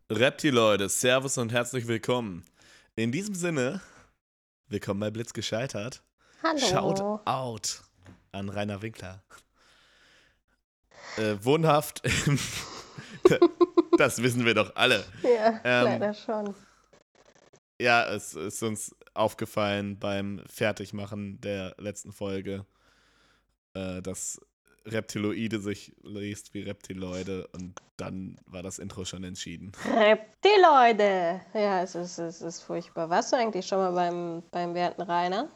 Reptileute, Servus und herzlich willkommen. In diesem Sinne, willkommen bei Blitz gescheitert. Shout Hallo. out an Rainer Winkler. Wohnhaft, das wissen wir doch alle. Ja, Ähm, leider schon. ja, es ist uns aufgefallen beim Fertigmachen der letzten Folge, dass Reptiloide sich liest wie Reptiloide und dann war das Intro schon entschieden. Reptiloide. Ja, es ist furchtbar. Warst du eigentlich schon mal beim werten Rainer?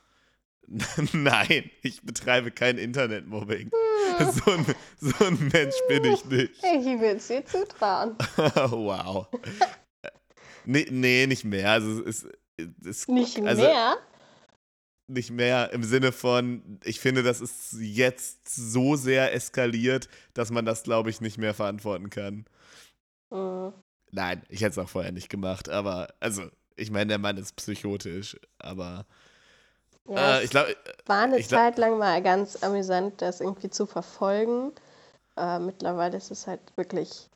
Nein, ich betreibe kein Internetmobbing. So ein Mensch bin ich nicht. Ich will es dir zutrauen. Wow. Nee, nicht mehr. Also Nicht also mehr? nicht mehr im Sinne von, ich finde, das ist jetzt so sehr eskaliert, dass man das, glaube ich, nicht mehr verantworten kann. Hm. Nein, ich hätte es auch vorher nicht gemacht, aber, also, ich meine, der Mann ist psychotisch, aber Ja, ich es glaube, war eine ich glaube, Zeit lang mal ganz amüsant, das irgendwie zu verfolgen. Mittlerweile ist es halt wirklich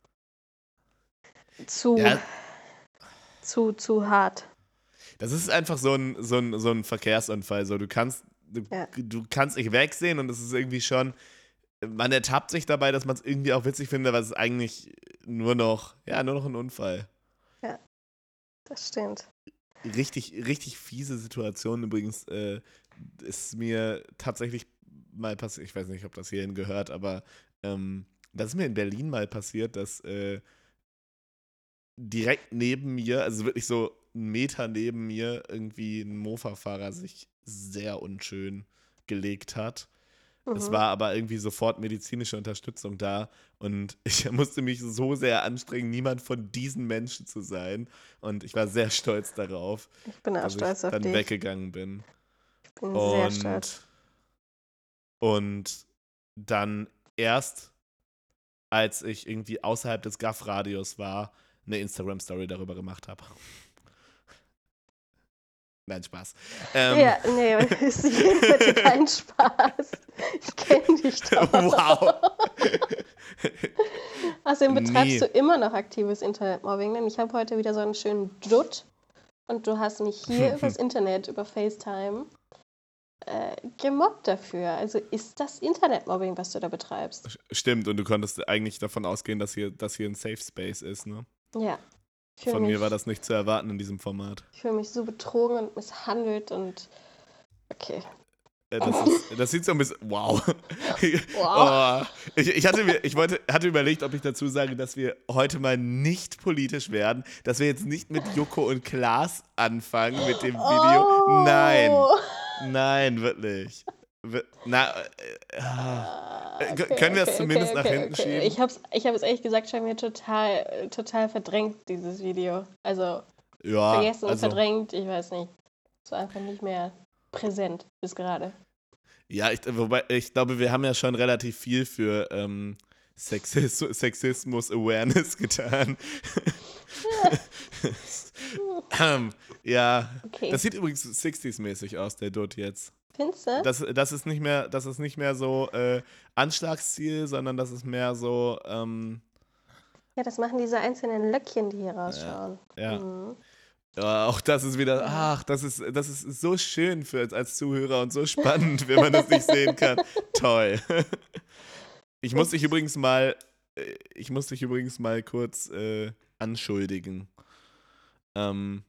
zu, ja, zu hart. das ist einfach so ein Verkehrsunfall. So, Ja. du kannst nicht wegsehen und es ist irgendwie schon, man ertappt sich dabei, dass man es irgendwie auch witzig findet, aber es ist eigentlich nur noch ein Unfall. Ja, das stimmt. Richtig, richtig fiese Situation übrigens ist mir tatsächlich mal passiert, ich weiß nicht, ob das hierhin gehört, aber das ist mir in Berlin mal passiert, dass direkt neben mir, also wirklich so einen Meter neben mir, irgendwie ein Mofa-Fahrer sich sehr unschön gelegt hat. Es Mhm. war aber irgendwie sofort medizinische Unterstützung da und ich musste mich so sehr anstrengen, niemand von diesen Menschen zu sein. Und ich war sehr stolz darauf, Ich bin auch dass ich stolz auf dann dich. weggegangen bin. Ich bin sehr stolz. Und, und dann erst, als ich irgendwie außerhalb des Gaff-Radios war, eine Instagram-Story darüber gemacht habe. Nein, Spaß. Ja, nee, ist jedenfalls kein Spaß. Ich kenne dich doch. Wow. Außerdem betreibst Nee. du immer noch aktives Internetmobbing, denn ich habe heute wieder so einen schönen Dutt und du hast mich hier übers Internet, über FaceTime, gemobbt dafür. Also ist das Internetmobbing, was du da betreibst? Stimmt, und du konntest eigentlich davon ausgehen, dass hier ein Safe Space ist, ne? Ja, ich fühle Von mir war mich, das nicht zu erwarten in diesem Format. ich fühl mich so betrogen und misshandelt und okay. Das sieht so ein bisschen. Wow. Wow. Oh, hatte überlegt, ob ich dazu sage, dass wir heute mal nicht politisch werden, dass wir jetzt nicht mit Joko und Klaas anfangen mit dem Video. Nein. Oh. Nein, wirklich. Na, können wir es zumindest nach hinten schieben? Ich hab's ehrlich gesagt schon mir total verdrängt, dieses Video. Also Ja, vergessen, also. verdrängt, ich weiß nicht. So einfach nicht mehr präsent bis gerade. Ja, wobei, ich glaube, wir haben ja schon relativ viel für Sexismus-Awareness getan. Ja, Okay. das sieht übrigens 60s-mäßig aus, der Dutt jetzt. Findest du? Das ist nicht mehr so Anschlagsziel, sondern das ist mehr so, Ja, das machen diese einzelnen Löckchen, die hier ja, rausschauen. ja. Mhm. Ja, auch das ist wieder, ach, das ist so schön als Zuhörer und so spannend, wenn man das nicht sehen kann. Toll. Ich muss dich übrigens mal, kurz anschuldigen. Mhm.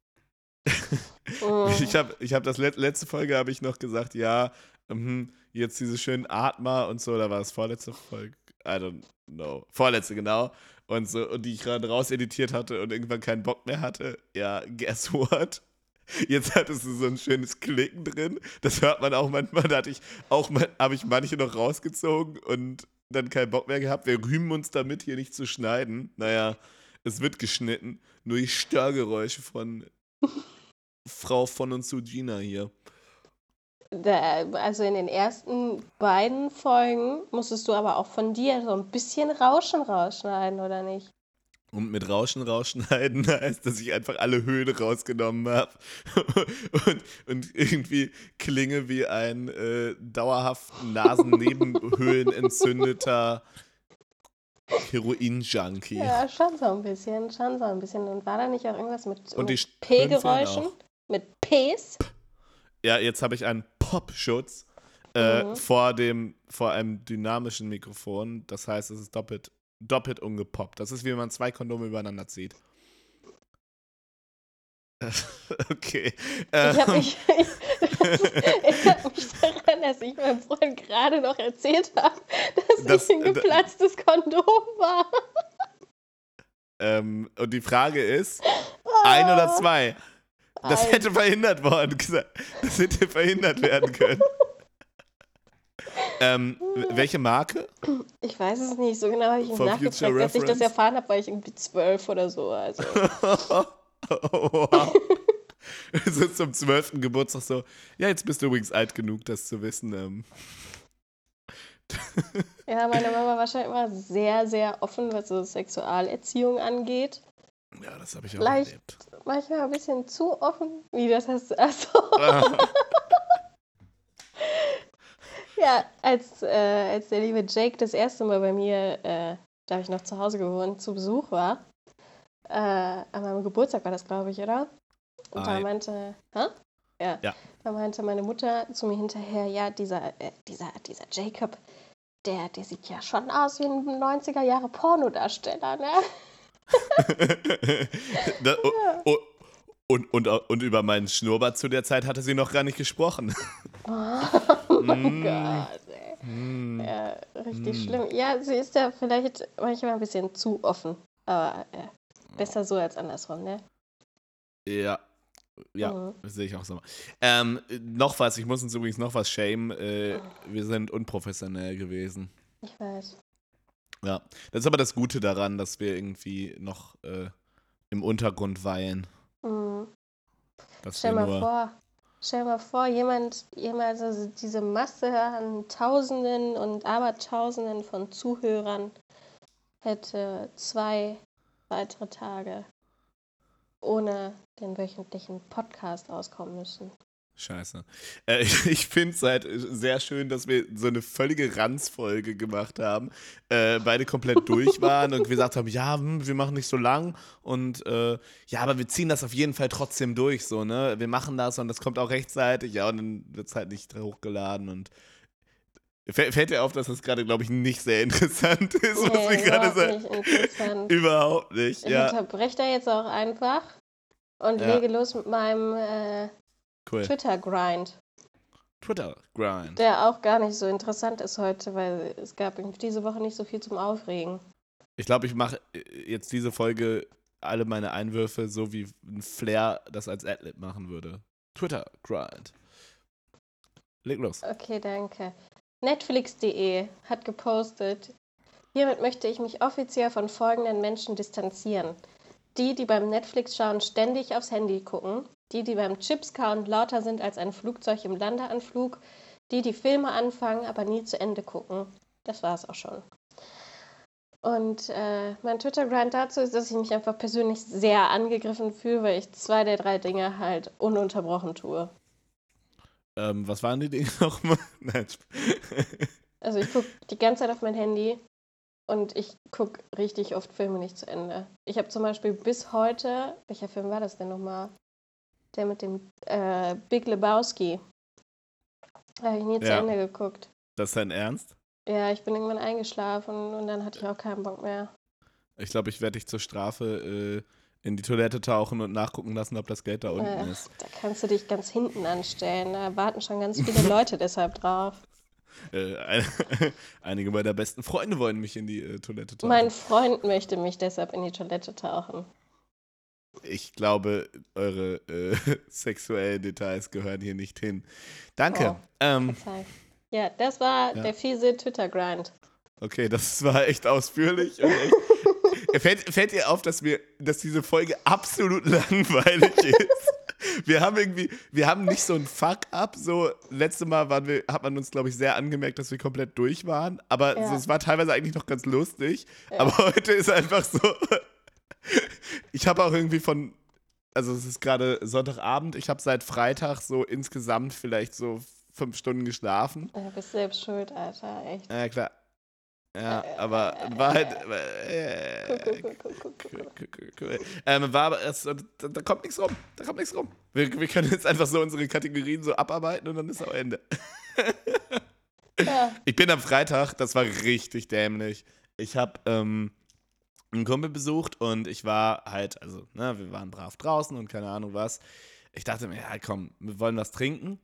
Ich hab letzte Folge habe ich noch gesagt, ja, jetzt diese schönen Atmer und so, da war es vorletzte Folge, I don't know, vorletzte, genau, und so, und die ich gerade rauseditiert hatte und irgendwann keinen Bock mehr hatte, ja, guess what? Jetzt hattest du so ein schönes Klicken drin, das hört man auch manchmal, habe ich manche noch rausgezogen und dann keinen Bock mehr gehabt, wir rühmen uns damit, hier nicht zu schneiden, naja, es wird geschnitten, nur die Störgeräusche von Frau von und zu Gina hier. Also in den ersten beiden Folgen musstest du aber auch von dir so ein bisschen Rauschen rausschneiden, oder nicht? Und mit Rauschen rausschneiden heißt, dass ich einfach alle Höhen rausgenommen habe und irgendwie klinge wie ein dauerhaft Nasennebenhöhlen entzündeter Heroin-Junkie. Ja, schon so ein bisschen, schon so ein bisschen. Und war da nicht auch irgendwas mit, Und die mit Höhenfeen P-Geräuschen? auch. Mit Ps? Ja, jetzt habe ich einen Popschutz Mhm. vor einem dynamischen Mikrofon. Das heißt, es ist doppelt ungepoppt. Das ist, wie wenn man 2 Kondome übereinander zieht. Okay. Ich habe mich, erinnert mich daran, dass ich meinem Freund gerade noch erzählt habe, dass ich ein geplatztes Kondom war. Und die Frage ist, 1 oder 2? Das Eins. hätte verhindert werden können. Welche Marke? Ich weiß es nicht, so genau habe ich nicht For nachgefragt. future Als ich das reference? erfahren habe, war ich irgendwie 12 oder so. Also. Wow. So zum 12. Geburtstag so, ja, jetzt bist du übrigens alt genug, das zu wissen. Ja, meine Mama war schon immer sehr, sehr offen, was so Sexualerziehung angeht. Ja, das habe ich auch Vielleicht erlebt. manchmal ein bisschen zu offen. Wie das heißt. Also, ja, als der liebe Jake das erste Mal bei mir, da habe ich noch zu Hause gewohnt, zu Besuch war. An meinem Geburtstag war das, glaube ich, oder? Und da meinte, Ja. Da meinte meine Mutter zu mir hinterher, ja, dieser Jacob, der sieht ja schon aus wie ein 90er-Jahre Pornodarsteller, ne? Da, und über meinen Schnurrbart zu der Zeit hatte sie noch gar nicht gesprochen. Oh mein Gott, ey. Ja, richtig schlimm. Ja, sie ist ja vielleicht manchmal ein bisschen zu offen, aber besser so als andersrum, ne? Ja, das sehe ich auch so. Noch was, ich muss uns übrigens noch was shamen. Wir sind unprofessionell gewesen. Ich weiß. Ja, das ist aber das Gute daran, dass wir irgendwie noch im Untergrund weilen. Mhm. Dass Stell wir mal vor, jemand, also diese Masse an Tausenden und Abertausenden von Zuhörern hätte 2 weitere Tage ohne den wöchentlichen Podcast auskommen müssen. Scheiße. Ich finde es halt sehr schön, dass wir so eine völlige Ranzfolge gemacht haben. Beide komplett durch waren und gesagt haben, ja, wir machen nicht so lang und ja, aber wir ziehen das auf jeden Fall trotzdem durch, so, ne? Wir machen das und das kommt auch rechtzeitig, ja, und dann wird es halt nicht hochgeladen und fällt dir auf, dass das gerade, glaube ich, nicht sehr interessant ist, was wir gerade sagen? Nicht interessant. Überhaupt nicht, Ich ja. unterbreche da jetzt auch einfach und lege los mit meinem Cool. Twitter-Grind. Twitter-Grind. Der auch gar nicht so interessant ist heute, weil es gab diese Woche nicht so viel zum Aufregen. Ich glaube, ich mache jetzt diese Folge alle meine Einwürfe so wie ein Flair das als Adlib machen würde. Twitter-Grind. Leg los. Okay, danke. Netflix.de hat gepostet, hiermit möchte ich mich offiziell von folgenden Menschen distanzieren. Die beim Netflix-Schauen ständig aufs Handy gucken, die beim Chips-Kauen lauter sind als ein Flugzeug im Landeanflug, die Filme anfangen, aber nie zu Ende gucken. Das war es auch schon. Und mein Twitter-Grind dazu ist, dass ich mich einfach persönlich sehr angegriffen fühle, weil ich 2 der 3 Dinge halt ununterbrochen tue. Was waren die Dinge nochmal? Nein. Also ich gucke die ganze Zeit auf mein Handy und ich gucke richtig oft Filme nicht zu Ende. Ich habe zum Beispiel bis heute, welcher Film war das denn nochmal? Der mit dem Big Lebowski. Da habe ich nie zu Ende geguckt. Das ist dein Ernst? Ja, ich bin irgendwann eingeschlafen und dann hatte ich auch keinen Bock mehr. Ich glaube, ich werde dich zur Strafe in die Toilette tauchen und nachgucken lassen, ob das Geld da unten ist. Da kannst du dich ganz hinten anstellen. Da warten schon ganz viele Leute deshalb drauf. Einige meiner besten Freunde wollen mich in die Toilette tauchen. Mein Freund möchte mich deshalb in die Toilette tauchen. Ich glaube, eure sexuellen Details gehören hier nicht hin. Danke. Ja, das war der fiese Twitter-Grind. Okay, das war echt ausführlich. Und echt. Fällt dir auf, dass diese Folge absolut langweilig ist? Wir haben nicht so ein Fuck-up. So, letztes Mal hat man uns, glaube ich, sehr angemerkt, dass wir komplett durch waren. Aber es war teilweise eigentlich noch ganz lustig. Ja. Aber heute ist einfach so. Ich habe auch irgendwie also es ist gerade Sonntagabend, ich habe seit Freitag so insgesamt vielleicht so 5 Stunden geschlafen. Du bist selbst schuld, Alter, echt. Ja, klar. Ja, aber war halt. War aber da kommt nichts rum. Da kommt nichts rum. Wir können jetzt einfach so unsere Kategorien so abarbeiten und dann ist auch Ende. Ja. Ich bin am Freitag, das war richtig dämlich. Ich habe einen Kumpel besucht und ich war halt, also, ne, wir waren brav draußen und keine Ahnung was. Ich dachte mir, ja komm, wir wollen was trinken.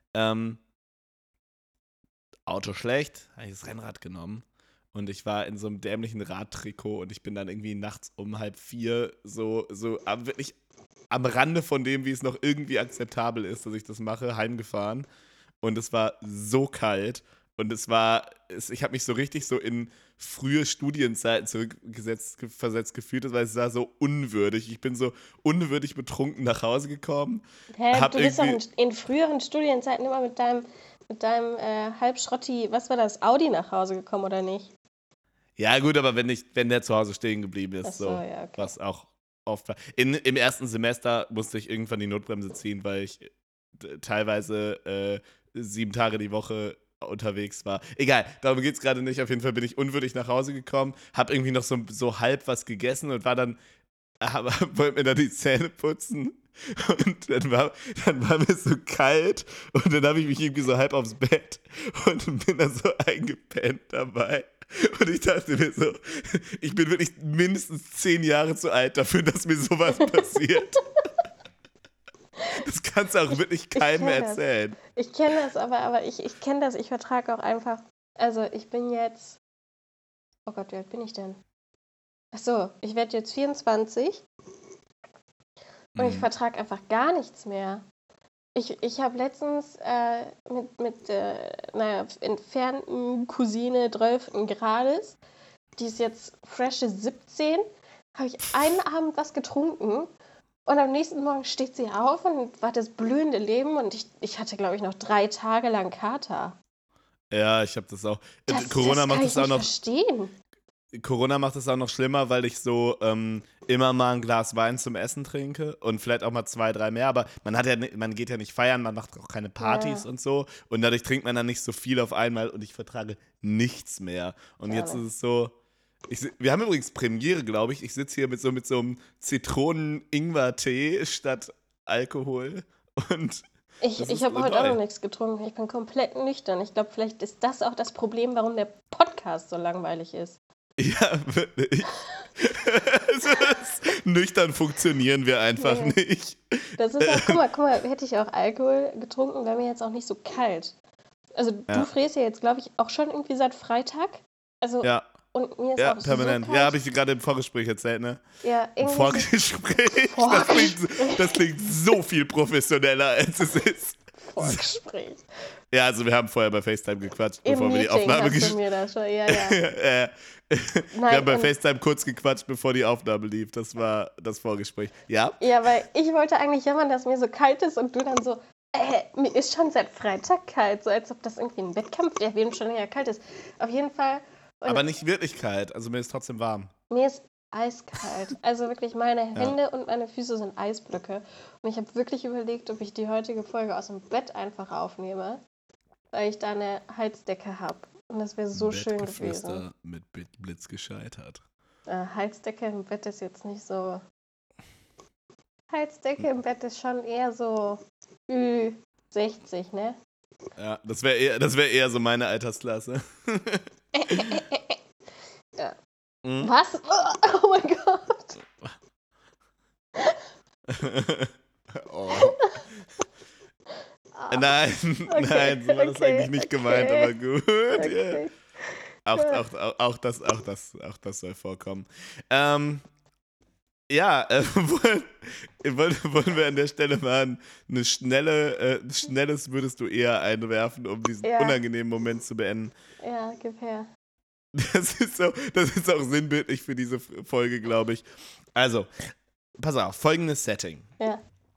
Auto schlecht, habe ich das Rennrad genommen. Und ich war in so einem dämlichen Radtrikot und ich bin dann irgendwie nachts um 3:30 so wirklich am Rande von dem, wie es noch irgendwie akzeptabel ist, dass ich das mache, heimgefahren. Und es war so kalt und ich habe mich so richtig so in frühe Studienzeiten versetzt gefühlt, weil es war so unwürdig. Ich bin so unwürdig betrunken nach Hause gekommen. Du bist doch in früheren Studienzeiten immer mit deinem halbschrotti, was war das, Audi nach Hause gekommen, oder nicht? Ja, gut, aber wenn der zu Hause stehen geblieben ist, so, ja, okay. was auch oft war. Im ersten Semester musste ich irgendwann die Notbremse ziehen, weil ich teilweise 7 Tage die Woche unterwegs war. Egal, darum geht es gerade nicht. Auf jeden Fall bin ich unwürdig nach Hause gekommen, habe irgendwie noch so halb was gegessen und wollte mir dann die Zähne putzen. Und dann war mir so kalt und dann habe ich mich irgendwie so halb aufs Bett und bin dann so eingepennt dabei. Und ich dachte mir so, ich bin wirklich mindestens 10 Jahre zu alt dafür, dass mir sowas passiert. Das kannst du auch wirklich keinem erzählen. Ich kenne das, aber ich kenne das, ich vertrage auch einfach, also ich bin jetzt, oh Gott, wie alt bin ich denn? Achso, ich werde jetzt 24 und ich vertrage einfach gar nichts mehr. Ich habe letztens mit einer entfernten Cousine 12. Grades, die ist jetzt frische 17, habe ich einen Abend was getrunken und am nächsten Morgen steht sie auf und war das blühende Leben und ich hatte, glaube ich, noch 3 Tage lang Kater. Ja, ich habe das auch. Corona macht das auch noch. Verstehen. Corona macht es auch noch schlimmer, weil ich so immer mal ein Glas Wein zum Essen trinke und vielleicht auch mal 2, 3 mehr, aber man geht ja nicht feiern, man macht auch keine Partys und so und dadurch trinkt man dann nicht so viel auf einmal und ich vertrage nichts mehr. Und jetzt ist es so, wir haben übrigens Premiere, glaube ich. Ich sitze hier mit so einem Zitronen-Ingwer-Tee statt Alkohol und ich habe heute auch noch nichts getrunken. Ich bin komplett nüchtern. Ich glaube, vielleicht ist das auch das Problem, warum der Podcast so langweilig ist. Ja, wirklich. Nüchtern funktionieren wir einfach nicht. Das ist auch, guck mal, hätte ich auch Alkohol getrunken, wäre mir jetzt auch nicht so kalt. Also du frierst ja jetzt, glaube ich, auch schon irgendwie seit Freitag. Also, ja. Und mir ist auch permanent. So kalt. Ja, habe ich dir gerade im Vorgespräch erzählt, ne? Ja, irgendwie. Vorgespräch. Das klingt so viel professioneller, als es ist. Vorgespräch. Ja, also wir haben vorher bei FaceTime gequatscht, bevor wir die Aufnahme Ja. Wir haben bei FaceTime kurz gequatscht, bevor die Aufnahme lief. Das war das Vorgespräch. Ja? Ja, weil ich wollte eigentlich jammern, dass mir so kalt ist und du dann so, mir ist schon seit Freitag kalt, so als ob das irgendwie ein Wettkampf wäre, wem schon länger kalt ist. Auf jeden Fall. Aber nicht wirklich kalt, also mir ist trotzdem warm. Mir ist eiskalt. Also wirklich, meine Hände und meine Füße sind Eisblöcke. Und ich habe wirklich überlegt, ob ich die heutige Folge aus dem Bett einfach aufnehme, weil ich da eine Heizdecke habe. Und das wäre so schön gewesen. Mit Blitz gescheitert. Heizdecke im Bett ist jetzt nicht so... Heizdecke im Bett ist schon eher so Ü60, ne? Ja, das wäre eher so meine Altersklasse. Ja. Was? Oh mein Gott. Oh. Nein, so war das eigentlich nicht gemeint, aber gut. Okay. Yeah. Auch das soll vorkommen. Wollen wir an der Stelle mal ein schnelles würdest du eher einwerfen, um diesen unangenehmen Moment zu beenden. Ja, gib her. Das ist auch sinnbildlich für diese Folge, glaube ich. Also, pass auf, folgendes Setting. Ja.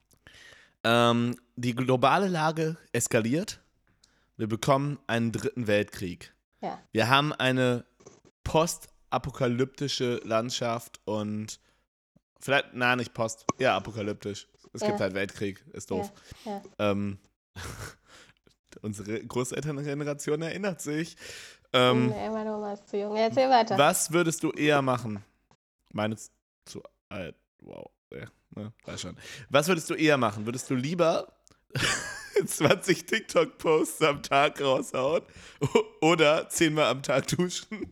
Die globale Lage eskaliert. Wir bekommen einen 3. Weltkrieg. Ja. Wir haben eine postapokalyptische Landschaft und vielleicht, nicht apokalyptisch. Es gibt halt Weltkrieg, ist doof. Ja. Unsere Großelterngeneration erinnert sich. Nee, meine Oma ist zu jung. Erzähl weiter. Was würdest du eher machen? Meines zu alt. Wow. Ja, ne, weiß schon. Was würdest du eher machen? Würdest du lieber 20 TikTok-Posts am Tag raushauen oder 10-mal am Tag duschen?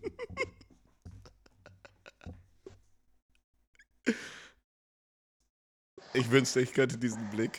Ich wünschte, ich könnte diesen Blick.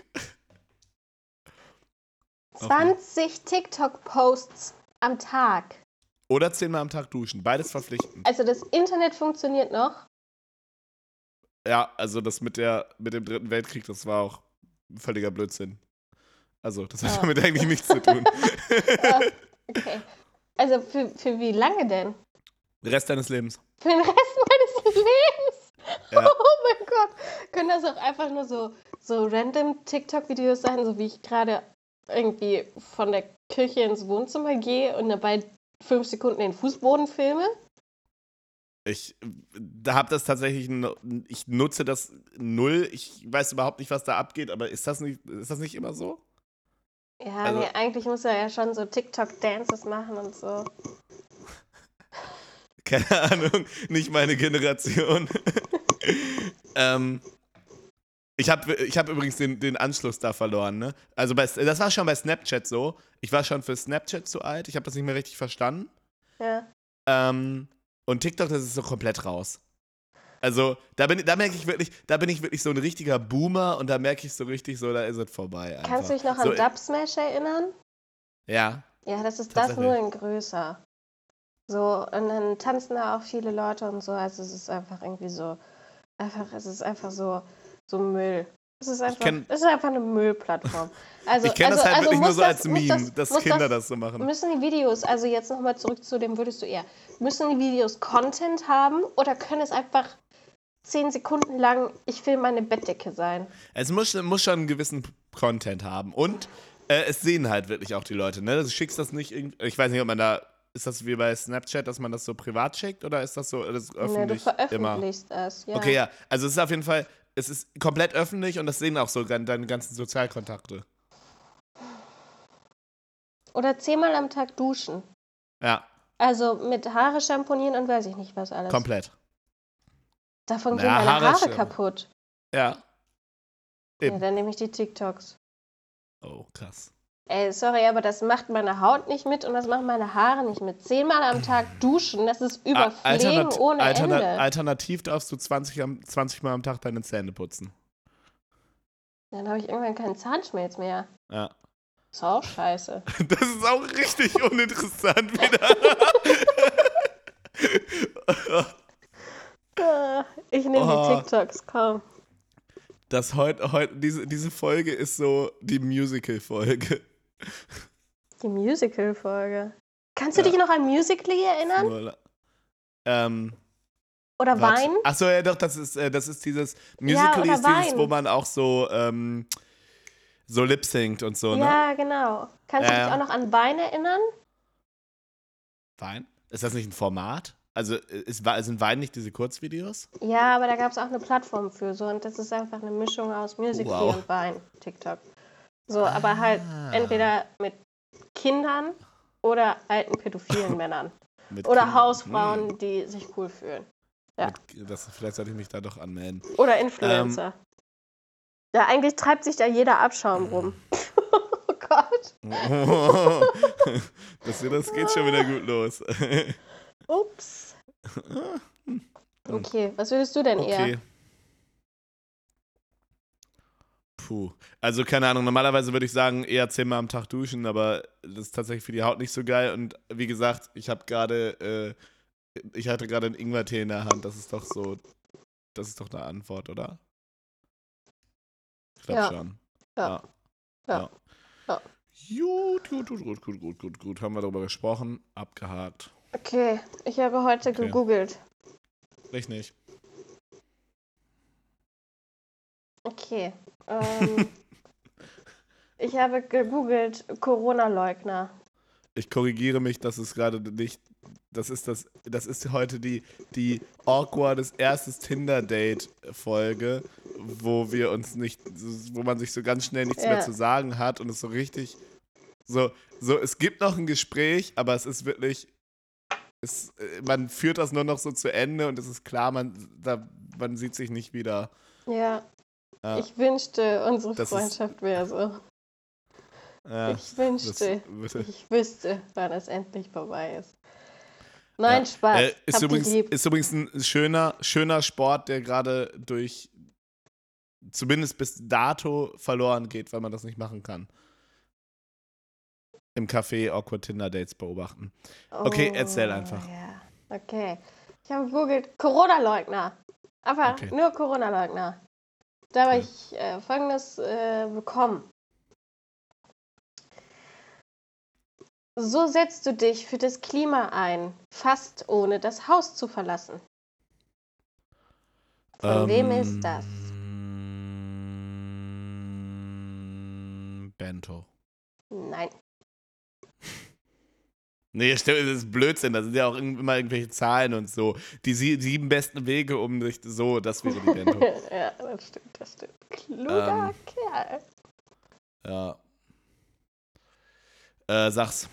20 TikTok-Posts am Tag. Oder 10-mal am Tag duschen. Beides verpflichtend. Also das Internet funktioniert noch. Ja, also das mit dem Dritten Weltkrieg, das war auch völliger Blödsinn. Also, das hat damit eigentlich nichts zu tun. Okay. Also für wie lange denn? Den Rest deines Lebens. Für den Rest meines Lebens? Ja. Oh mein Gott. Können das auch einfach nur so random TikTok-Videos sein, so wie ich gerade irgendwie von der Küche ins Wohnzimmer gehe und dabei 5 Sekunden den Fußboden filme? Ich habe das tatsächlich, ich nutze das null. Ich weiß überhaupt nicht, was da abgeht, aber ist das nicht immer so? Ja, Also- nee, eigentlich muss er ja schon so TikTok-Dances machen und so. Keine Ahnung, nicht meine Generation. Ich hab übrigens den Anschluss da verloren, ne? Also das war schon bei Snapchat so. Ich war schon für Snapchat zu alt. Ich habe das nicht mehr richtig verstanden. Ja. Und TikTok, das ist so komplett raus. Also, da bin ich wirklich so ein richtiger Boomer und da merke ich so richtig so, da ist es vorbei. Einfach. Kannst du dich noch so, an Dub Smash erinnern? Ja. Ja, das ist das Tatsächlich. nur in größer. So, und dann tanzen da auch viele Leute und so. Also es ist einfach irgendwie so, es ist einfach so Müll. Es ist einfach eine Müllplattform. Also, Ich kenne das halt wirklich nur muss so als Meme, dass muss Kinder das so machen. Müssen die Videos, also jetzt nochmal zurück zu dem würdest du eher, müssen die Videos Content haben oder können es einfach 10 Sekunden lang, ich filme meine Bettdecke sein? Es muss schon einen gewissen Content haben. Und es sehen halt wirklich auch die Leute, ne? Du schickst das nicht irgendwie. Ich weiß nicht, ob man da. Ist das wie bei Snapchat, dass man das so privat schickt oder ist das so das öffentlich Nee, du immer? veröffentlichst es, ja. Okay, ja. Also es ist auf jeden Fall, es ist komplett öffentlich und das sehen auch so deine ganzen Sozialkontakte. Oder 10-mal am Tag duschen. Ja, Also mit Haare schamponieren und weiß ich nicht was alles. komplett. Davon Na, gehen meine Haare Haare schon. kaputt. Ja. Ja, Eben. dann nehme ich die TikToks. Oh, krass. Ey, sorry, aber das macht meine Haut nicht mit und das machen meine Haare nicht mit. 10-mal am Tag duschen, das ist Überpflegen ohne Ende. Alternativ darfst du 20 Mal am Tag deine Zähne putzen. Dann habe ich irgendwann keinen Zahnschmelz mehr. Ja. Ist auch scheiße. Das ist auch richtig uninteressant wieder. Ich nehme die TikToks, komm. Diese Folge ist so die Musical-Folge. Die Musical-Folge. Kannst du dich noch an Musical.ly erinnern? Oder Wein? Achso, ja doch, das ist dieses Musical.ly oder ist dieses, Wein. wo man auch so lip-synct und so, ne? Ja, genau. Kannst du dich auch noch an Wein erinnern? Wein? Ist das nicht ein Format? Also sind Wein nicht diese Kurzvideos? Ja, aber da gab es auch eine Plattform für so und das ist einfach eine Mischung aus Musical.ly und Wein, TikTok. So, aber halt entweder mit Kindern oder alten pädophilen Männern. Mit Oder Kindern. Hausfrauen, die sich cool fühlen. Ja. Vielleicht sollte ich mich da doch anmelden. Oder Influencer. Ja, eigentlich treibt sich da jeder Abschaum rum. Oh Gott. Das geht schon wieder gut los. Ups. Okay, was würdest du denn eher? Puh. Also, keine Ahnung, normalerweise würde ich sagen, eher 10-mal am Tag duschen, aber das ist tatsächlich für die Haut nicht so geil. Und wie gesagt, ich hatte gerade einen Ingwertee in der Hand. Das ist doch eine Antwort, oder? Ich glaube schon. Ja. Gut. Haben wir darüber gesprochen. Abgehakt. Okay, ich habe heute gegoogelt. Ich nicht. Okay. Ich habe gegoogelt Corona-Leugner. Ich korrigiere mich, das ist gerade nicht. Das ist heute die awkwardes erstes Tinder-Date-Folge, wo man sich so ganz schnell nichts mehr zu sagen hat und es so richtig. So, es gibt noch ein Gespräch, aber es ist wirklich man führt das nur noch so zu Ende und es ist klar, man sieht sich nicht wieder. Ja, Ja, ich wünschte, unsere das ist- Freundschaft wäre so. ja, Ich wünschte, das- ich wüsste, wann es endlich vorbei ist. Nein, Ja. Spaß. Ist Hab dich lieb. übrigens ein schöner Sport, der gerade durch, zumindest bis dato, verloren geht, weil man das nicht machen kann. Im Café Awkward Tinder Dates beobachten. Okay, erzähl einfach. Ja. Okay. Ich habe gegoogelt, Corona-Leugner. Aber Okay. nur Corona-Leugner. Da habe Okay. ich Folgendes bekommen. So setzt du dich für das Klima ein, fast ohne das Haus zu verlassen. Von wem ist das? Bento. Nein. Nee, stimmt, das ist Blödsinn. Da sind ja auch immer irgendwelche Zahlen und so. Die 7 besten Wege, um sich so, das wäre die Bento. Ja, das stimmt. Kluger Kerl. Ja. Sag's.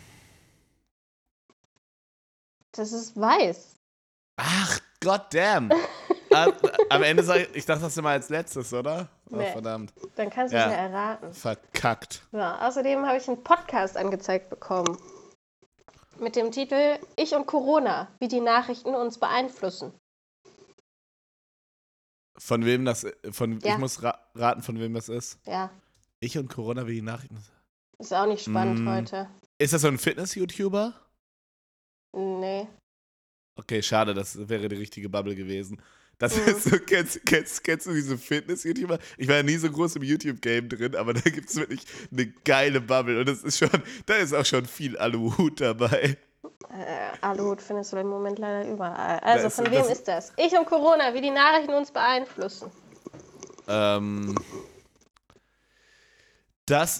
Das ist weiß. Ach, goddamn. Am Ende sag ich dachte, das immer als letztes, oder? Oh, Nee. verdammt. Dann kannst du Ja. es ja erraten. Verkackt. Ja, außerdem habe ich einen Podcast angezeigt bekommen. Mit dem Titel Ich und Corona, wie die Nachrichten uns beeinflussen. Von wem das, Ja. ich muss raten, von wem das ist. Ja, Ich und Corona, wie die Nachrichten. ist auch nicht spannend Mm. heute. Ist das so ein Fitness-YouTuber? Nee. Okay, schade, das wäre die richtige Bubble gewesen. Das Mhm. ist so, kennst du diese Fitness-YouTuber? Ich war ja nie so groß im YouTube-Game drin, aber da gibt es wirklich eine geile Bubble und da ist auch schon viel Aluhut dabei. Aluhut findest du im Moment leider überall. Also, Das- von wem das- ist das? Ich und Corona, wie die Nachrichten uns beeinflussen. Das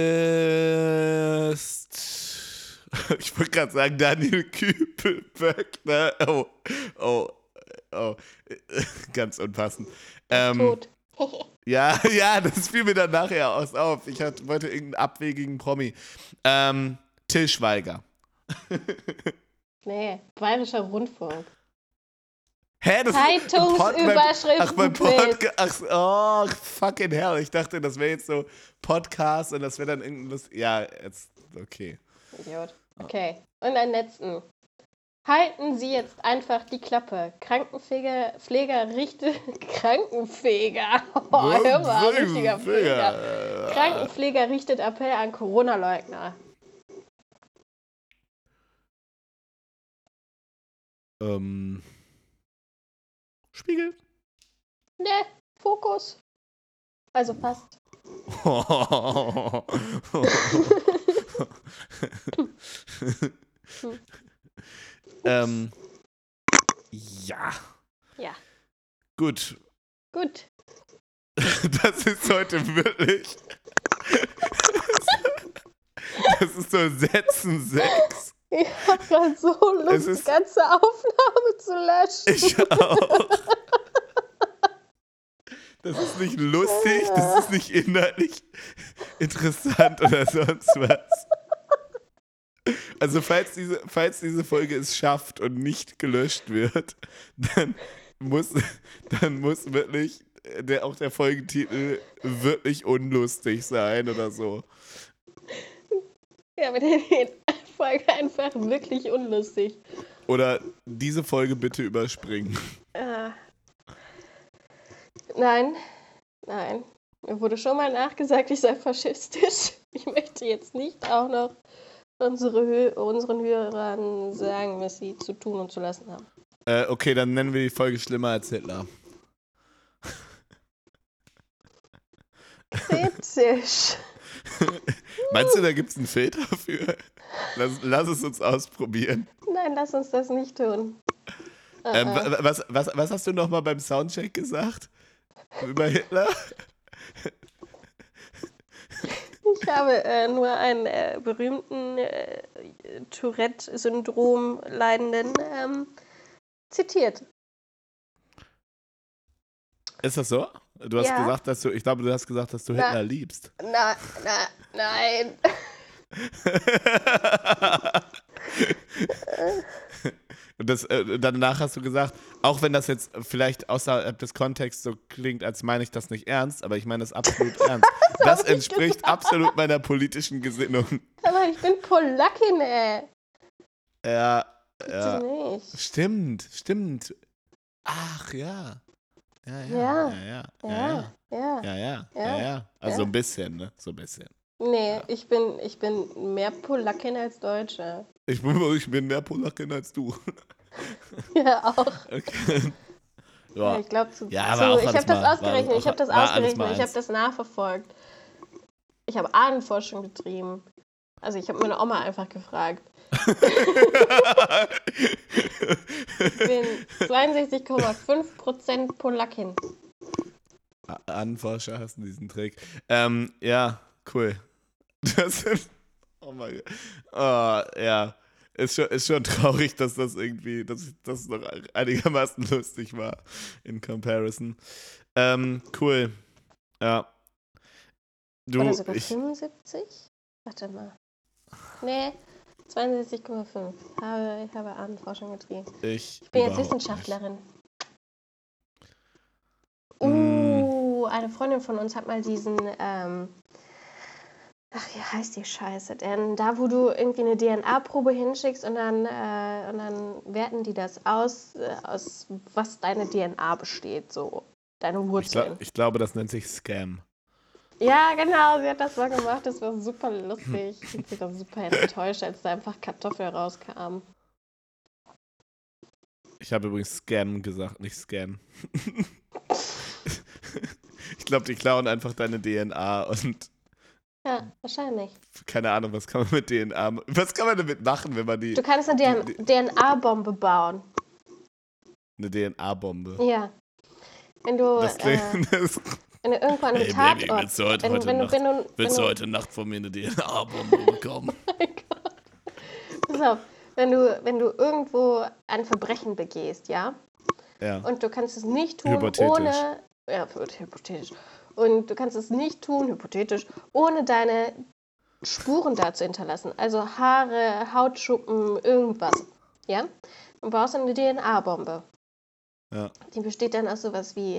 ist, ich wollte gerade sagen, Daniel Kübelböckner. Oh, ganz unpassend. Tot. Ja, das fiel mir dann nachher auf. Ich wollte irgendeinen abwegigen Promi. Till Schweiger. Nee, Bayerischer Rundfunk. Hä? Das Zeitungsüberschriften. Ach, beim Podcast. Oh, fucking hell. Ich dachte, das wäre jetzt so Podcast und das wäre dann irgendwas. Ja, jetzt. Okay. Idiot. Okay. Und einen letzten. Halten Sie jetzt einfach die Klappe. Krankenpfleger richtet. Krankenpfleger. Oh, hör mal, richtiger Pfleger. Krankenpfleger richtet Appell an Corona-Leugner. Spiegel. Ne, Fokus. Also fast. Ja. Ja. Gut. Gut. Das ist heute wirklich. Das ist so Sätzen 6. Ich hab gerade so Lust, die ganze Aufnahme zu löschen. Ich auch. Das ist nicht lustig, das ist nicht inhaltlich interessant oder sonst was. Also falls diese Folge es schafft und nicht gelöscht wird, dann muss wirklich auch der Folgentitel wirklich unlustig sein oder so. Ja, mit der Folge einfach wirklich unlustig. Oder diese Folge bitte überspringen. Nein. Mir wurde schon mal nachgesagt, ich sei faschistisch. Ich möchte jetzt nicht auch noch unseren Hörern sagen, was sie zu tun und zu lassen haben. Okay, dann nennen wir die Folge Schlimmer als Hitler. Kritisch. Meinst du, da gibt es einen Filter für? Lass es uns ausprobieren. Nein, lass uns das nicht tun. Was hast du nochmal beim Soundcheck gesagt? Über Hitler? Ich habe nur einen berühmten Tourette-Syndrom leidenden zitiert. Ist das so? Du hast Ja. gesagt, ich glaube, du hast gesagt, dass du Hitler liebst. Nein. Und danach hast du gesagt, auch wenn das jetzt vielleicht außerhalb des Kontexts so klingt, als meine ich das nicht ernst, aber ich meine das absolut ernst. Das entspricht absolut meiner politischen Gesinnung. Aber ich bin Polakin, ey. Ja, Bitte nicht. Stimmt. Ach, ja. Ja. Also so ein bisschen, ne? So ein bisschen. Nee, ich bin mehr Polakin als Deutsche. Ich bin mehr Polakin als du. Ja, auch. Okay. Ja, ich glaube ich habe das ausgerechnet, ich habe das nachverfolgt. Ich habe Ahnenforschung betrieben. Also ich habe meine Oma einfach gefragt. Ich bin 62,5% Polakin. Ahnenforscher hassen diesen Trick. Ja, cool. Oh mein Gott. Oh, ja. Ist schon traurig, dass das noch einigermaßen lustig war in Comparison. Cool. Ja. Oder sogar 75? Warte mal. Nee, 62,5. Ich habe Ahnenforschung getrieben. Ich bin jetzt Wissenschaftlerin. Eine Freundin von uns hat mal diesen, wie heißt die Scheiße denn? Da, wo du irgendwie eine DNA-Probe hinschickst und dann werten die das aus was deine DNA besteht, so deine Wurzeln. Ich glaube, das nennt sich Scam. Ja, genau, sie hat das mal gemacht, das war super lustig. Ich war super enttäuscht, als da einfach Kartoffel rauskam. Ich habe übrigens Scam gesagt, nicht Scam. Ich glaube, die klauen einfach deine DNA und... Ja, wahrscheinlich. Keine Ahnung, was kann man mit DNA... Was kann man damit machen, wenn man die... Du kannst eine DNA-Bombe bauen. Eine DNA-Bombe? Ja. Wenn du... Das klingt... wenn du irgendwo an einem Tatort... Willst du heute Nacht von mir eine DNA-Bombe bekommen? Oh mein Gott. Pass auf, wenn du irgendwo ein Verbrechen begehst, ja? Ja. Und du kannst es nicht tun, ohne... Ja, hypothetisch. Und du kannst es nicht tun, hypothetisch, ohne deine Spuren da zu hinterlassen. Also Haare, Hautschuppen, irgendwas. Ja? Du brauchst eine DNA-Bombe. Ja. Die besteht dann aus sowas wie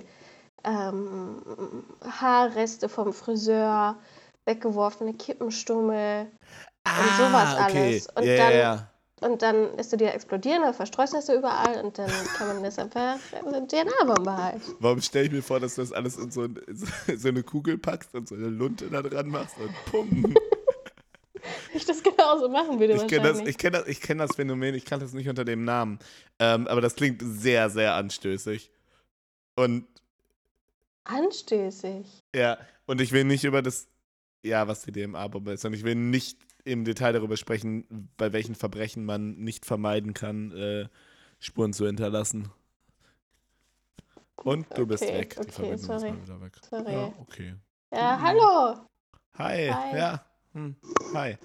Haarreste vom Friseur, weggeworfene Kippenstummel und sowas alles. Und dann lässt du die explodieren oder verstreust das so überall und dann kann man das einfach eine DNA-Bombe halt. Warum stelle ich mir vor, dass du das alles in so eine Kugel packst und so eine Lunte da dran machst und pum. Ich das genauso machen würde wahrscheinlich. Ich kenn das Phänomen, ich kann das nicht unter dem Namen. Aber das klingt sehr, sehr anstößig. Und anstößig? Ja, und ich will nicht über das, was die DNA-Bombe ist, und ich will nicht im Detail darüber sprechen, bei welchen Verbrechen man nicht vermeiden kann, Spuren zu hinterlassen. Und du bist weg. Die Verbindung ist mal wieder weg. Sorry. Ja, okay. Ja, hallo. Hi. Ja. Hi.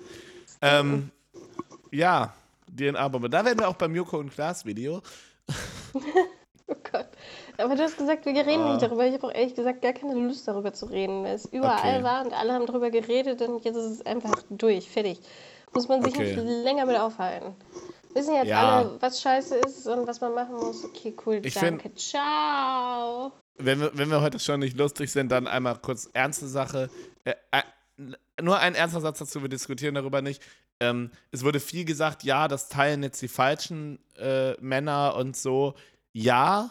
Ja, DNA-Bombe. Da werden wir auch beim Joko und Klaas Video. Oh Gott. Aber du hast gesagt, wir reden nicht darüber. Ich habe auch ehrlich gesagt gar keine Lust, darüber zu reden, weil es überall war und alle haben darüber geredet und jetzt ist es einfach durch, fertig. Muss man sich nicht länger mit aufhalten. Wissen jetzt alle, was scheiße ist und was man machen muss. Okay, cool, danke. Ciao. Wenn wir heute schon nicht lustig sind, dann einmal kurz ernste Sache. Nur ein ernster Satz dazu, wir diskutieren darüber nicht. Es wurde viel gesagt, ja, das teilen jetzt die falschen Männer und so. Ja,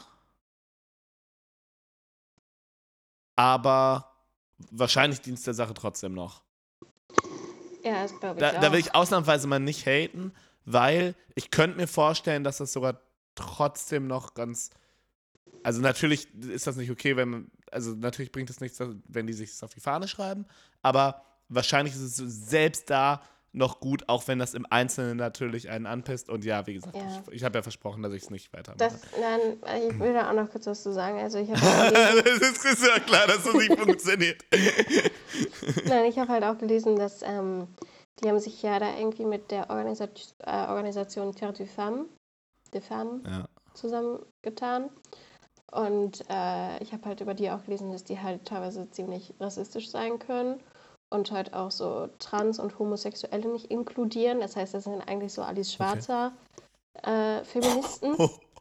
aber wahrscheinlich dient es der Sache trotzdem noch. Ja, das glaube ich auch. Da will ich ausnahmsweise mal nicht haten, weil ich könnte mir vorstellen, dass das sogar trotzdem noch ganz... Also natürlich ist das nicht okay, natürlich bringt es nichts, wenn die sich das auf die Fahne schreiben, aber wahrscheinlich ist es selbst da noch gut, auch wenn das im Einzelnen natürlich einen anpisst. Und ja, wie gesagt, ich habe ja versprochen, dass ich es nicht weitermache. Ich will da auch noch kurz was zu sagen. Also ich habe das ist ja klar, dass das nicht funktioniert. Nein, ich habe halt auch gelesen, dass die haben sich ja da irgendwie mit der Organisation Terre des Femmes zusammengetan. Und ich habe halt über die auch gelesen, dass die halt teilweise ziemlich rassistisch sein können. Und halt auch so Trans- und Homosexuelle nicht inkludieren. Das heißt, das sind eigentlich so Alice Schwarzer Feministen.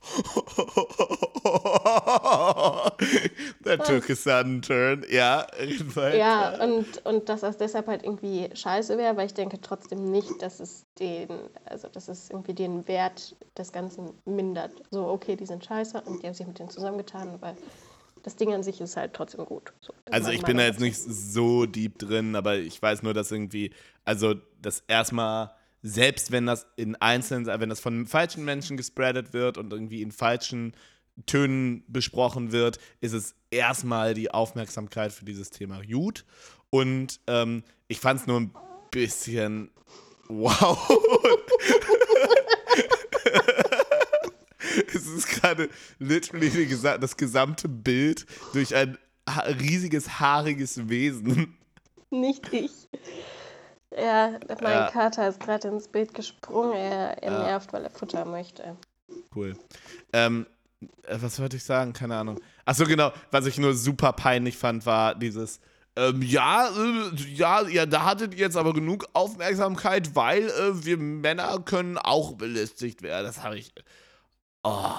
That took a sudden turn. Ja, jedenfalls. Ja, und dass das deshalb halt irgendwie scheiße wäre, weil ich denke trotzdem nicht, dass es irgendwie den Wert des Ganzen mindert. So, okay, die sind scheiße und die haben sich mit denen zusammengetan, aber das Ding an sich ist halt trotzdem gut. So, Also ich bin da jetzt nicht so deep drin, aber ich weiß nur, dass irgendwie, also das erstmal, selbst wenn das wenn das von falschen Menschen gespreadet wird und irgendwie in falschen Tönen besprochen wird, ist es erstmal die Aufmerksamkeit für dieses Thema gut. Und ich fand es nur ein bisschen wow. Es ist gerade literally das gesamte Bild durch ein riesiges, haariges Wesen. Nicht ich. Ja, mein Kater ist gerade ins Bild gesprungen. Er nervt, weil er Futter möchte. Cool. Was wollte ich sagen? Keine Ahnung. Achso, genau. Was ich nur super peinlich fand, war dieses da hattet ihr jetzt aber genug Aufmerksamkeit, weil wir Männer können auch belästigt werden. Das habe ich... Oh.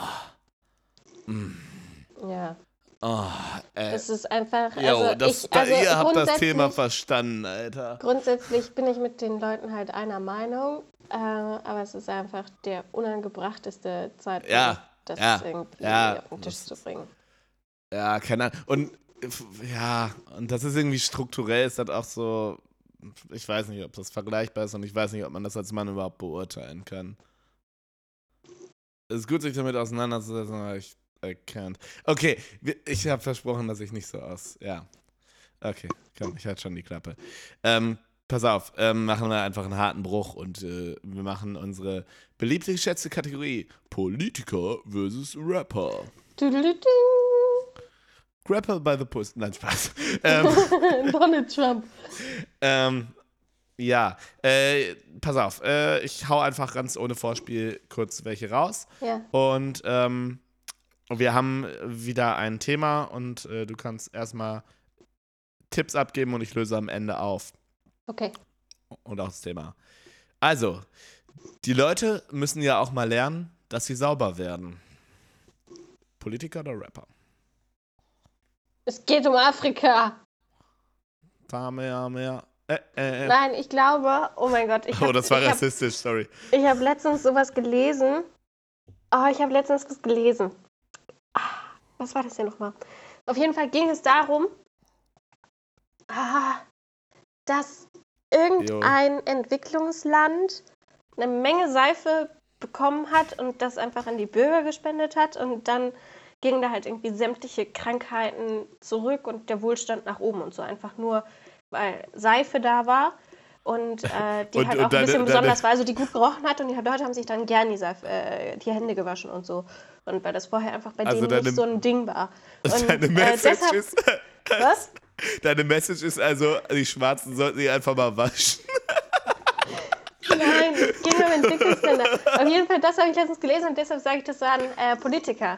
Ja. Oh, es ist einfach. Ihr habt das Thema verstanden, Alter. Grundsätzlich bin ich mit den Leuten halt einer Meinung, aber es ist einfach der unangebrachteste Zeitpunkt, das irgendwie auf den Tisch zu bringen. Ja, keine Ahnung. Und das ist irgendwie strukturell, ist das auch so. Ich weiß nicht, ob das vergleichbar ist und ich weiß nicht, ob man das als Mann überhaupt beurteilen kann. Es ist gut, sich damit auseinanderzusetzen, aber I can't. Okay, ich habe versprochen, dass ich nicht so Ja. Okay, komm, ich halte schon die Klappe. Pass auf, machen wir einfach einen harten Bruch und wir machen unsere beliebte geschätzte Kategorie Politiker versus Rapper. Grapple by the Puss. Nein, Spaß. Donald Trump. Ja, pass auf, ich hau einfach ganz ohne Vorspiel kurz welche raus. Ja. Und wir haben wieder ein Thema und du kannst erstmal Tipps abgeben und ich löse am Ende auf. Okay. Und auch das Thema. Also, die Leute müssen ja auch mal lernen, dass sie sauber werden. Politiker oder Rapper? Es geht um Afrika. Mehr. Nein, ich glaube, oh mein Gott. Das war rassistisch, sorry. Ich habe letztens sowas gelesen. Was war das denn nochmal? Auf jeden Fall ging es darum, dass irgendein Entwicklungsland eine Menge Seife bekommen hat und das einfach an die Bürger gespendet hat und dann gingen da halt irgendwie sämtliche Krankheiten zurück und der Wohlstand nach oben und so, einfach nur, weil Seife da war und die halt auch ein bisschen besonders war, also die gut gerochen hat und die Leute haben sich dann gern die Hände gewaschen und so und weil das vorher einfach bei denen nicht so ein Ding war. Und deine Message ist... Was? Deine Message ist also, die Schwarzen sollten sich einfach mal waschen. Nein, es ging um Entwicklungsländer. Auf jeden Fall, das habe ich letztens gelesen und deshalb sage ich, das waren Politiker.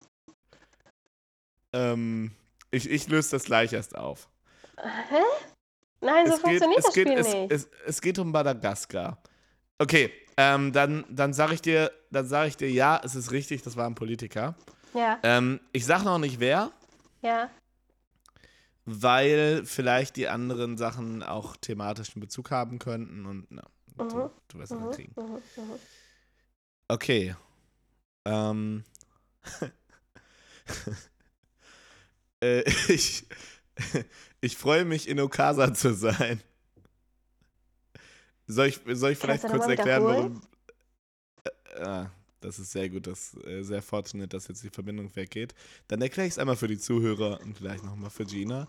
Ich löse das gleich erst auf. Hä? Nein, so funktioniert das Spiel nicht. Es geht um Madagaskar. Okay, dann sage ich dir, ja, es ist richtig, das war ein Politiker. Ja. Ich sage noch nicht wer. Ja. Weil vielleicht die anderen Sachen auch thematischen Bezug haben könnten und du wirst es kriegen. Okay. Ich freue mich, in Okasa zu sein. Soll ich vielleicht kurz erklären, warum... das ist sehr gut, das ist sehr fortunate, dass jetzt die Verbindung weggeht. Dann erkläre ich es einmal für die Zuhörer und vielleicht nochmal für Gina.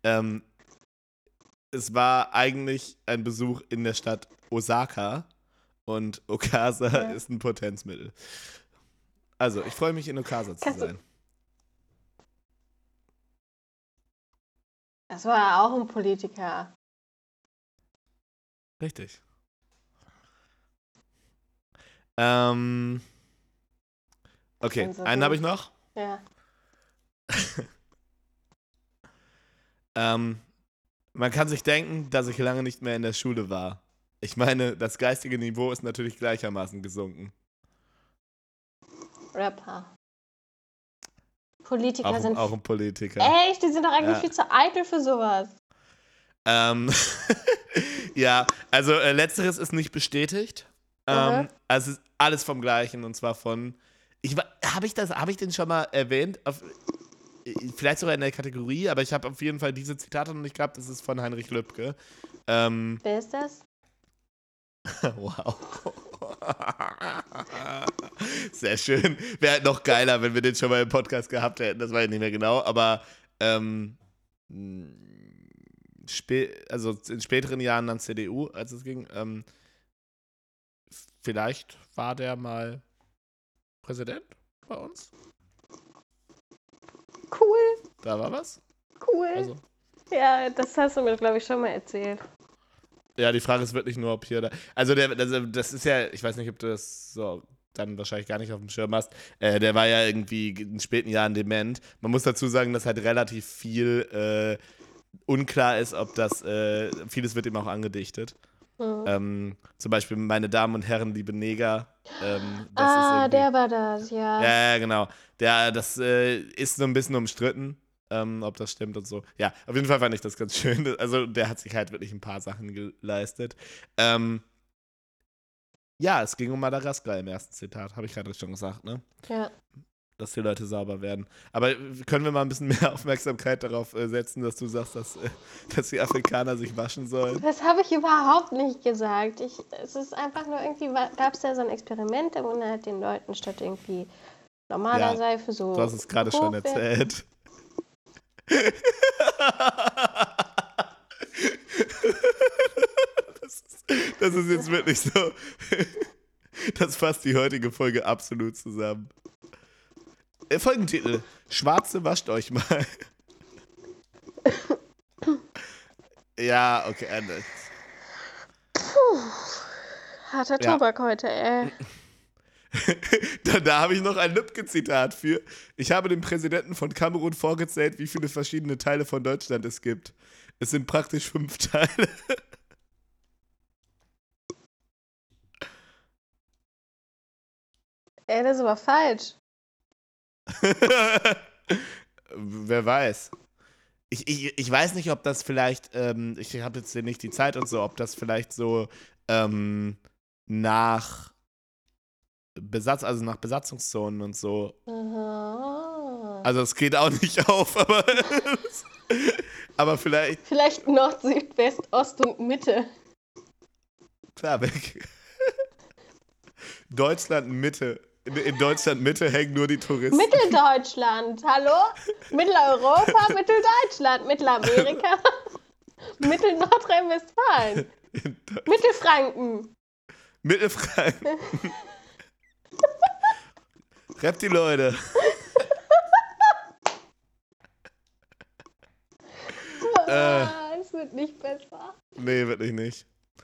Es war eigentlich ein Besuch in der Stadt Osaka und Okasa ist ein Potenzmittel. Also, ich freue mich, in Okasa zu sein. Das war auch ein Politiker. Richtig. Okay, So einen habe ich noch. Ja. Man kann sich denken, dass ich lange nicht mehr in der Schule war. Ich meine, das geistige Niveau ist natürlich gleichermaßen gesunken. Rapper. Politiker sind. Auch ein Politiker. Echt? Die sind doch eigentlich viel zu eitel für sowas. Ja, also letzteres ist nicht bestätigt. Also es ist alles vom Gleichen und zwar von. Habe ich den schon mal erwähnt? Vielleicht sogar in der Kategorie, aber ich habe auf jeden Fall diese Zitate noch nicht gehabt. Das ist von Heinrich Lübke. Wer ist das? Wow. Sehr schön. Wäre halt noch geiler, wenn wir den schon mal im Podcast gehabt hätten. Das weiß ich nicht mehr genau, aber also in späteren Jahren dann CDU, als es ging. Vielleicht war der mal Präsident bei uns. Cool. Da war was. Cool. Also. Ja, das hast du mir, glaube ich, schon mal erzählt. Ja, die Frage ist wirklich nur, ob hier. Also, das ist ja, ich weiß nicht, ob du das so dann wahrscheinlich gar nicht auf dem Schirm hast. Der war ja irgendwie in den späten Jahren dement. Man muss dazu sagen, dass halt relativ viel unklar ist, ob das. Vieles wird ihm auch angedichtet. Zum Beispiel Meine Damen und Herren, liebe Neger. Der war das, ja. Ja, genau. Das ist so ein bisschen umstritten, ob das stimmt und so. Ja, auf jeden Fall fand ich das ganz schön. Also der hat sich halt wirklich ein paar Sachen geleistet. Ja, es ging um Madagaskar im ersten Zitat, habe ich gerade schon gesagt, ne? Ja. Dass die Leute sauber werden. Aber können wir mal ein bisschen mehr Aufmerksamkeit darauf setzen, dass du sagst, dass die Afrikaner sich waschen sollen? Das habe ich überhaupt nicht gesagt. Es ist einfach nur irgendwie, gab es ja so ein Experiment, da wurde halt den Leuten statt irgendwie normaler Seife so. Du hast es gerade schon erzählt. Das ist jetzt wirklich so. Das fasst die heutige Folge absolut zusammen. Folgentitel: Schwarze, wascht euch mal. Ja, okay. Harter Tobak heute, ey. Da habe ich noch ein Lübcke-Zitat für. Ich habe dem Präsidenten von Kamerun vorgezählt, wie viele verschiedene Teile von Deutschland es gibt. Es sind praktisch 5 Teile. Ey, das ist aber falsch. Wer weiß. Ich weiß nicht, ob das vielleicht, ich habe jetzt nicht die Zeit und so, ob das vielleicht so nach Besatzungszonen und so. Aha. Also es geht auch nicht auf, aber vielleicht. Vielleicht Nord, Süd, West, Ost und Mitte. Klar, weg. Deutschland Mitte. In Deutschland Mitte hängen nur die Touristen. Mitteldeutschland, hallo? Mitteleuropa, Mitteldeutschland, Mittelamerika, Mittelnordrhein-Westfalen, Mittelfranken. Mittelfranken. Rappt die Leute. Es wird nicht besser. Nee, wirklich nicht.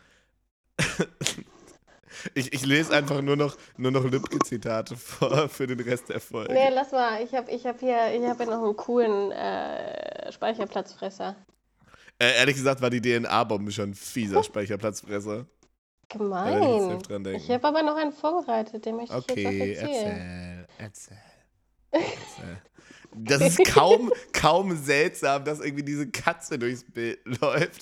Ich lese einfach nur noch Lübcke-Zitate vor für den Rest der Folge. Nee, lass mal. Ich hab hier noch einen coolen Speicherplatzfresser. Ehrlich gesagt war die DNA-Bombe schon ein fieser Speicherplatzfresser. Gemein. Ich habe aber noch einen vorbereitet, den möchte ich jetzt auch erzählen. Erzähl. Das ist kaum seltsam, dass irgendwie diese Katze durchs Bild läuft.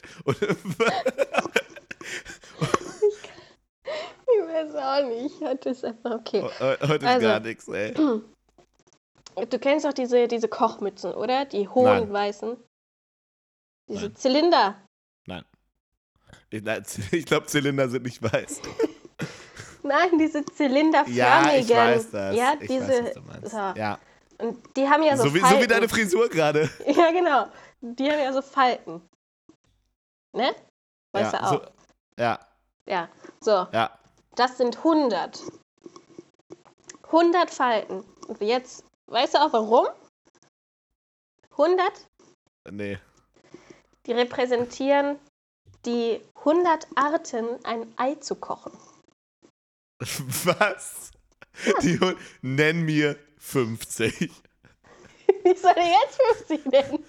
Ich weiß auch nicht. Heute ist einfach okay. Heute ist gar nichts, ey. Du kennst doch diese Kochmützen, oder? Die hohen weißen. Diese Zylinder. Nein. Ich glaube, Zylinder sind nicht weiß. Nein, diese zylinderförmigen. Ja, ich weiß das. Ja, ich diese. weiß, was du meinst. So. Ja. Und die haben ja so Falten. So wie deine Frisur gerade. Ja, genau. Die haben ja so Falten. Ne? Weißt du auch. So, ja. Ja, so. Ja. Das sind 100. 100 Falten. Und jetzt, weißt du auch warum? 100? Nee. Die repräsentieren die 100 Arten, ein Ei zu kochen. Was? Ja. Nenn mir 50. Ich soll dir jetzt 50 nennen.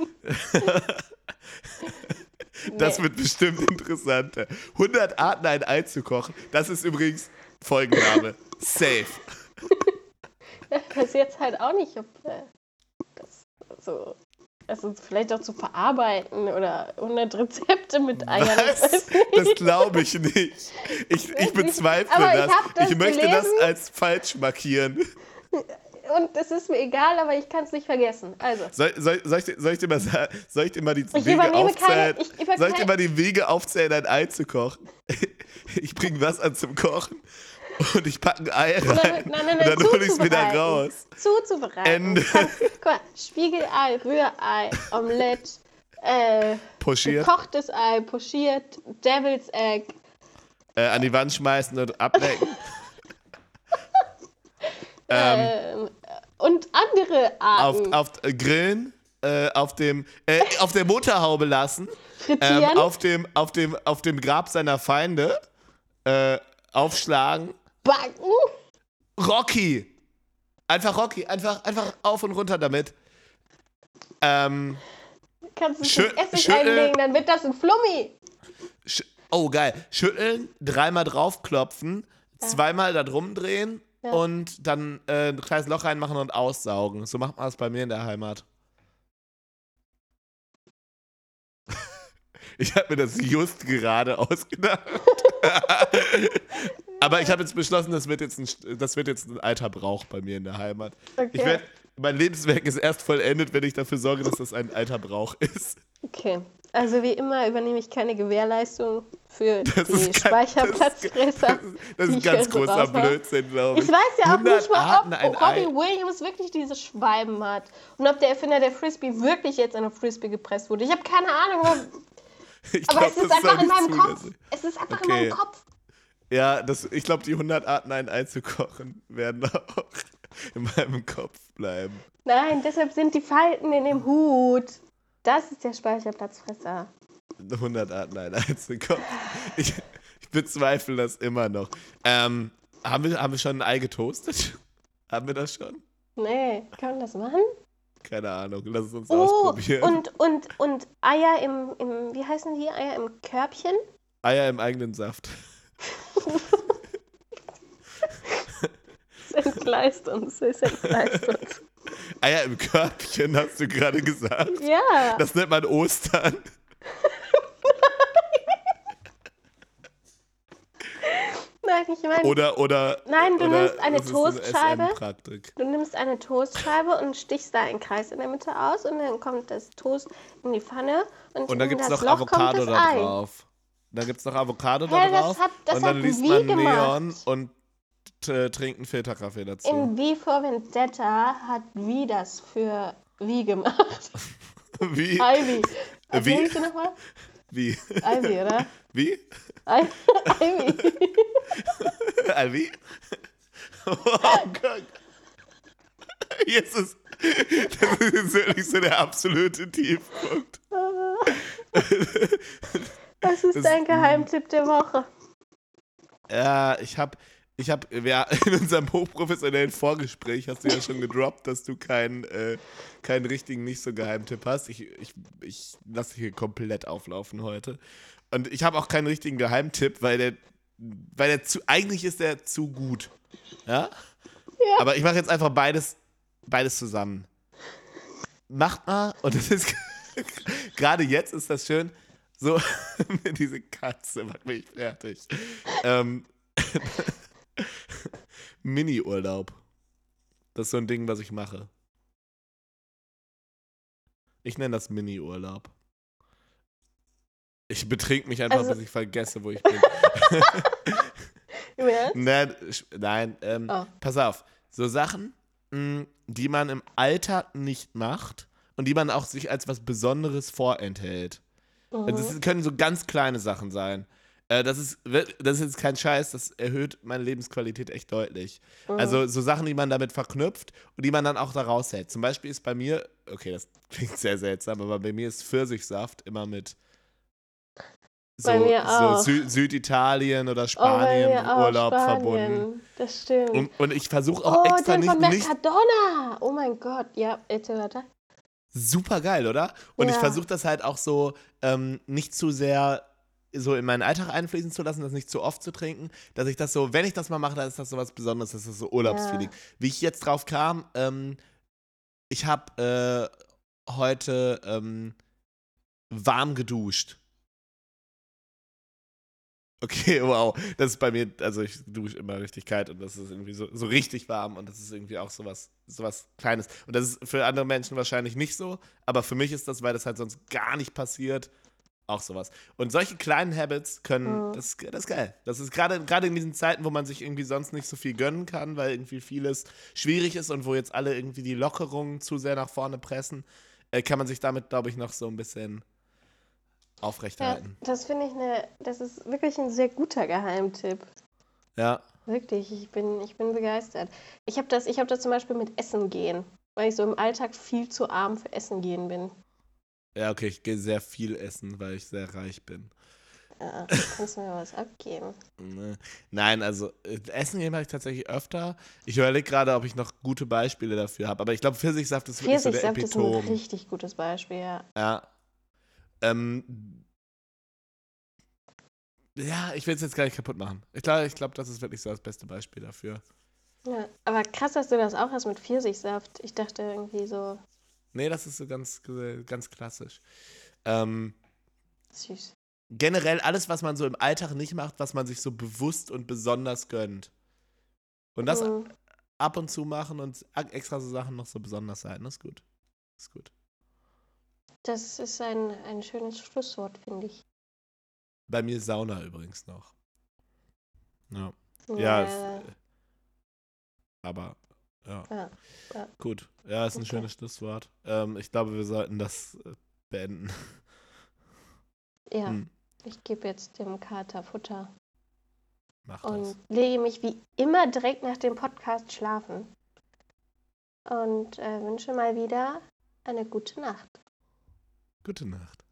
Das wird bestimmt interessanter. 100 Arten, ein Ei zu kochen. Das ist übrigens Folgenname. Safe. weiß jetzt halt auch nicht, ob das so, also vielleicht auch zu verarbeiten oder 100 Rezepte mit Eiern. Ich weiß Was? nicht. Das glaube ich nicht. Ich bezweifle Aber das. ich hab das Ich möchte gelesen. das als falsch markieren. Und es ist mir egal, aber ich kann es nicht vergessen. Also, Soll ich dir mal die ich Wege übernehme aufzählen? keine. Soll ich dir mal die Wege aufzählen, ein Ei zu kochen? Ich bringe Wasser zum Kochen und ich packe ein Ei rein. Nein, und dann hole ich es wieder raus. Zuzubereiten. Ende. Guck mal, Spiegelei, Rührei, Omelette, Pochiert, gekochtes Ei, pochiert, Devil's Egg. an die Wand schmeißen und ablecken. Und andere Arten. Auf Grillen, auf der Motorhaube lassen, Frittieren. auf dem Grab seiner Feinde, aufschlagen. Backen. Rocky, einfach auf und runter damit. Kannst du es Schü- in Essig schütteln. einlegen, dann wird das ein Flummi. Oh, geil. Schütteln, 3-mal draufklopfen, 2-mal da drum drehen und dann ein kleines Loch reinmachen und aussaugen. So macht man das bei mir in der Heimat. Ich habe mir das just gerade ausgedacht. Aber ich habe jetzt beschlossen, das wird jetzt ein alter Brauch bei mir in der Heimat. Okay. Mein Lebenswerk ist erst vollendet, wenn ich dafür sorge, dass das ein alter Brauch ist. Okay. Also wie immer übernehme ich keine Gewährleistung für Das die ist Speicherplatzfresser. Das ist die ein ich ganz hier so großer rausmache. Blödsinn, glaube ich. Ich weiß ja auch 100 nicht mal, Arten, ob ein Ei. Robbie Williams wirklich diese Schwalben hat. Und ob der Erfinder der Frisbee wirklich jetzt an eine Frisbee gepresst wurde. Ich habe keine Ahnung. Aber es ist einfach in meinem Kopf. Es ist einfach in meinem Kopf. Ja, ich glaube, die 100 Arten, ein Ei zu kochen, werden auch in meinem Kopf bleiben. Nein, deshalb sind die Falten in dem Hut. Das ist der Speicherplatzfresser. 100 Arten, ein Ei zu kochen. Ich bezweifle das immer noch. Haben wir schon ein Ei getoastet? Haben wir das schon? Nee, kann man das machen? Keine Ahnung, lass es uns ausprobieren. Und Eier im, wie heißen die? Eier im Körbchen? Eier im eigenen Saft. Es entgleist uns. Eier im Körbchen, hast du gerade gesagt? Ja. Das nennt man Ostern. Nein, ich meine. Oder Nein, du nimmst eine das ist so Toastscheibe. SM-Praktik. Du nimmst eine Toastscheibe und stichst da einen Kreis in der Mitte aus und dann kommt das Toast in die Pfanne und da in gibt es das noch Loch Avocado kommt das da Ei. drauf. Da gibt es noch Avocado Hä, da das drauf. hat und dann liest Wie man gemacht. Neon und trinkt einen Filterkaffee dazu. In V for Vendetta hat Wie das für Wie gemacht. Wie? Ivy. Wie? Wie? Du nochmal? Wie? Ivy, oder? Wie? Ivy. Wie? Oh Gott. Das ist wirklich so der absolute Tiefpunkt. Was ist dein Geheimtipp der Woche? Ja, ich hab in unserem hochprofessionellen Vorgespräch hast du ja schon gedroppt, dass du keinen richtigen, nicht so Geheimtipp hast. Ich lasse hier komplett auflaufen heute. Und ich habe auch keinen richtigen Geheimtipp, weil eigentlich ist der zu gut. Ja? Ja. Aber ich mache jetzt einfach beides zusammen. Macht mal, und das ist gerade jetzt ist das schön, so diese Katze macht mich fertig. Mini-Urlaub. Das ist so ein Ding, was ich mache. Ich nenne das Mini-Urlaub. Ich betrink mich einfach, bis ich vergesse, wo ich bin. Nein, pass auf. So Sachen, die man im Alltag nicht macht und die man auch sich als was Besonderes vorenthält. Das können so ganz kleine Sachen sein. Das ist jetzt kein Scheiß, das erhöht meine Lebensqualität echt deutlich. Also so Sachen, die man damit verknüpft und die man dann auch da raushält. Zum Beispiel ist bei mir, okay, das klingt sehr seltsam, aber bei mir ist Pfirsichsaft immer mit Süditalien oder Spanien Urlaub verbunden. Das stimmt. Und ich versuche auch extra den von nicht. Mercadona! Oh mein Gott, ja, erzähl weiter. Super geil, oder? Und ich versuche das halt auch so nicht zu sehr so in meinen Alltag einfließen zu lassen, das nicht zu oft zu trinken, dass ich das so, wenn ich das mal mache, dann ist das so was Besonderes, das ist so Urlaubsfeeling. Ja. Wie ich jetzt drauf kam, ich habe heute warm geduscht. Okay, wow. Das ist bei mir, also ich dusche immer richtig kalt und das ist irgendwie so richtig warm und das ist irgendwie auch sowas Kleines. Und das ist für andere Menschen wahrscheinlich nicht so, aber für mich ist das, weil das halt sonst gar nicht passiert, auch sowas. Und solche kleinen Habits können, Mhm. das ist geil. Das ist gerade in diesen Zeiten, wo man sich irgendwie sonst nicht so viel gönnen kann, weil irgendwie vieles schwierig ist und wo jetzt alle irgendwie die Lockerungen zu sehr nach vorne pressen, kann man sich damit, glaube ich, noch so ein bisschen Ja, aufrechterhalten. das finde ich das ist wirklich ein sehr guter Geheimtipp. Ja. Wirklich, ich bin begeistert. Ich hab das zum Beispiel mit Essen gehen, weil ich so im Alltag viel zu arm für Essen gehen bin. Ja, okay, ich gehe sehr viel essen, weil ich sehr reich bin. Ja, kannst du mir was abgeben? Ne. Nein, also Essen gehen mache ich tatsächlich öfter. Ich überlege gerade, ob ich noch gute Beispiele dafür habe. Aber ich glaube, Pfirsichsaft ist wirklich so der Pfirsichsaft ist ein Epitom. richtig gutes Beispiel, ja. Ja. Ähm, ja, ich will es jetzt gar nicht kaputt machen. Ich glaube, das ist wirklich so das beste Beispiel dafür. Ja, aber krass, dass du das auch hast mit Pfirsichsaft. Ich dachte irgendwie so Nee, das ist so ganz klassisch. Ähm, süß. generell alles, was man so im Alltag nicht macht, was man sich so bewusst und besonders gönnt. Und das Hm, ab und zu machen und extra so Sachen noch so besonders sein, das ist gut. Das ist gut. das ist ein schönes Schlusswort, finde ich. Bei mir Sauna übrigens noch. Ja. Ja, Ja, aber ja, ja, ja, gut. Ja, ist ein okay. schönes Schlusswort. Ich glaube, wir sollten das beenden. Ja, Hm, ich gebe jetzt dem Kater Futter mach und das. lege mich wie immer direkt nach dem Podcast schlafen und wünsche mal wieder eine gute Nacht. Gute Nacht.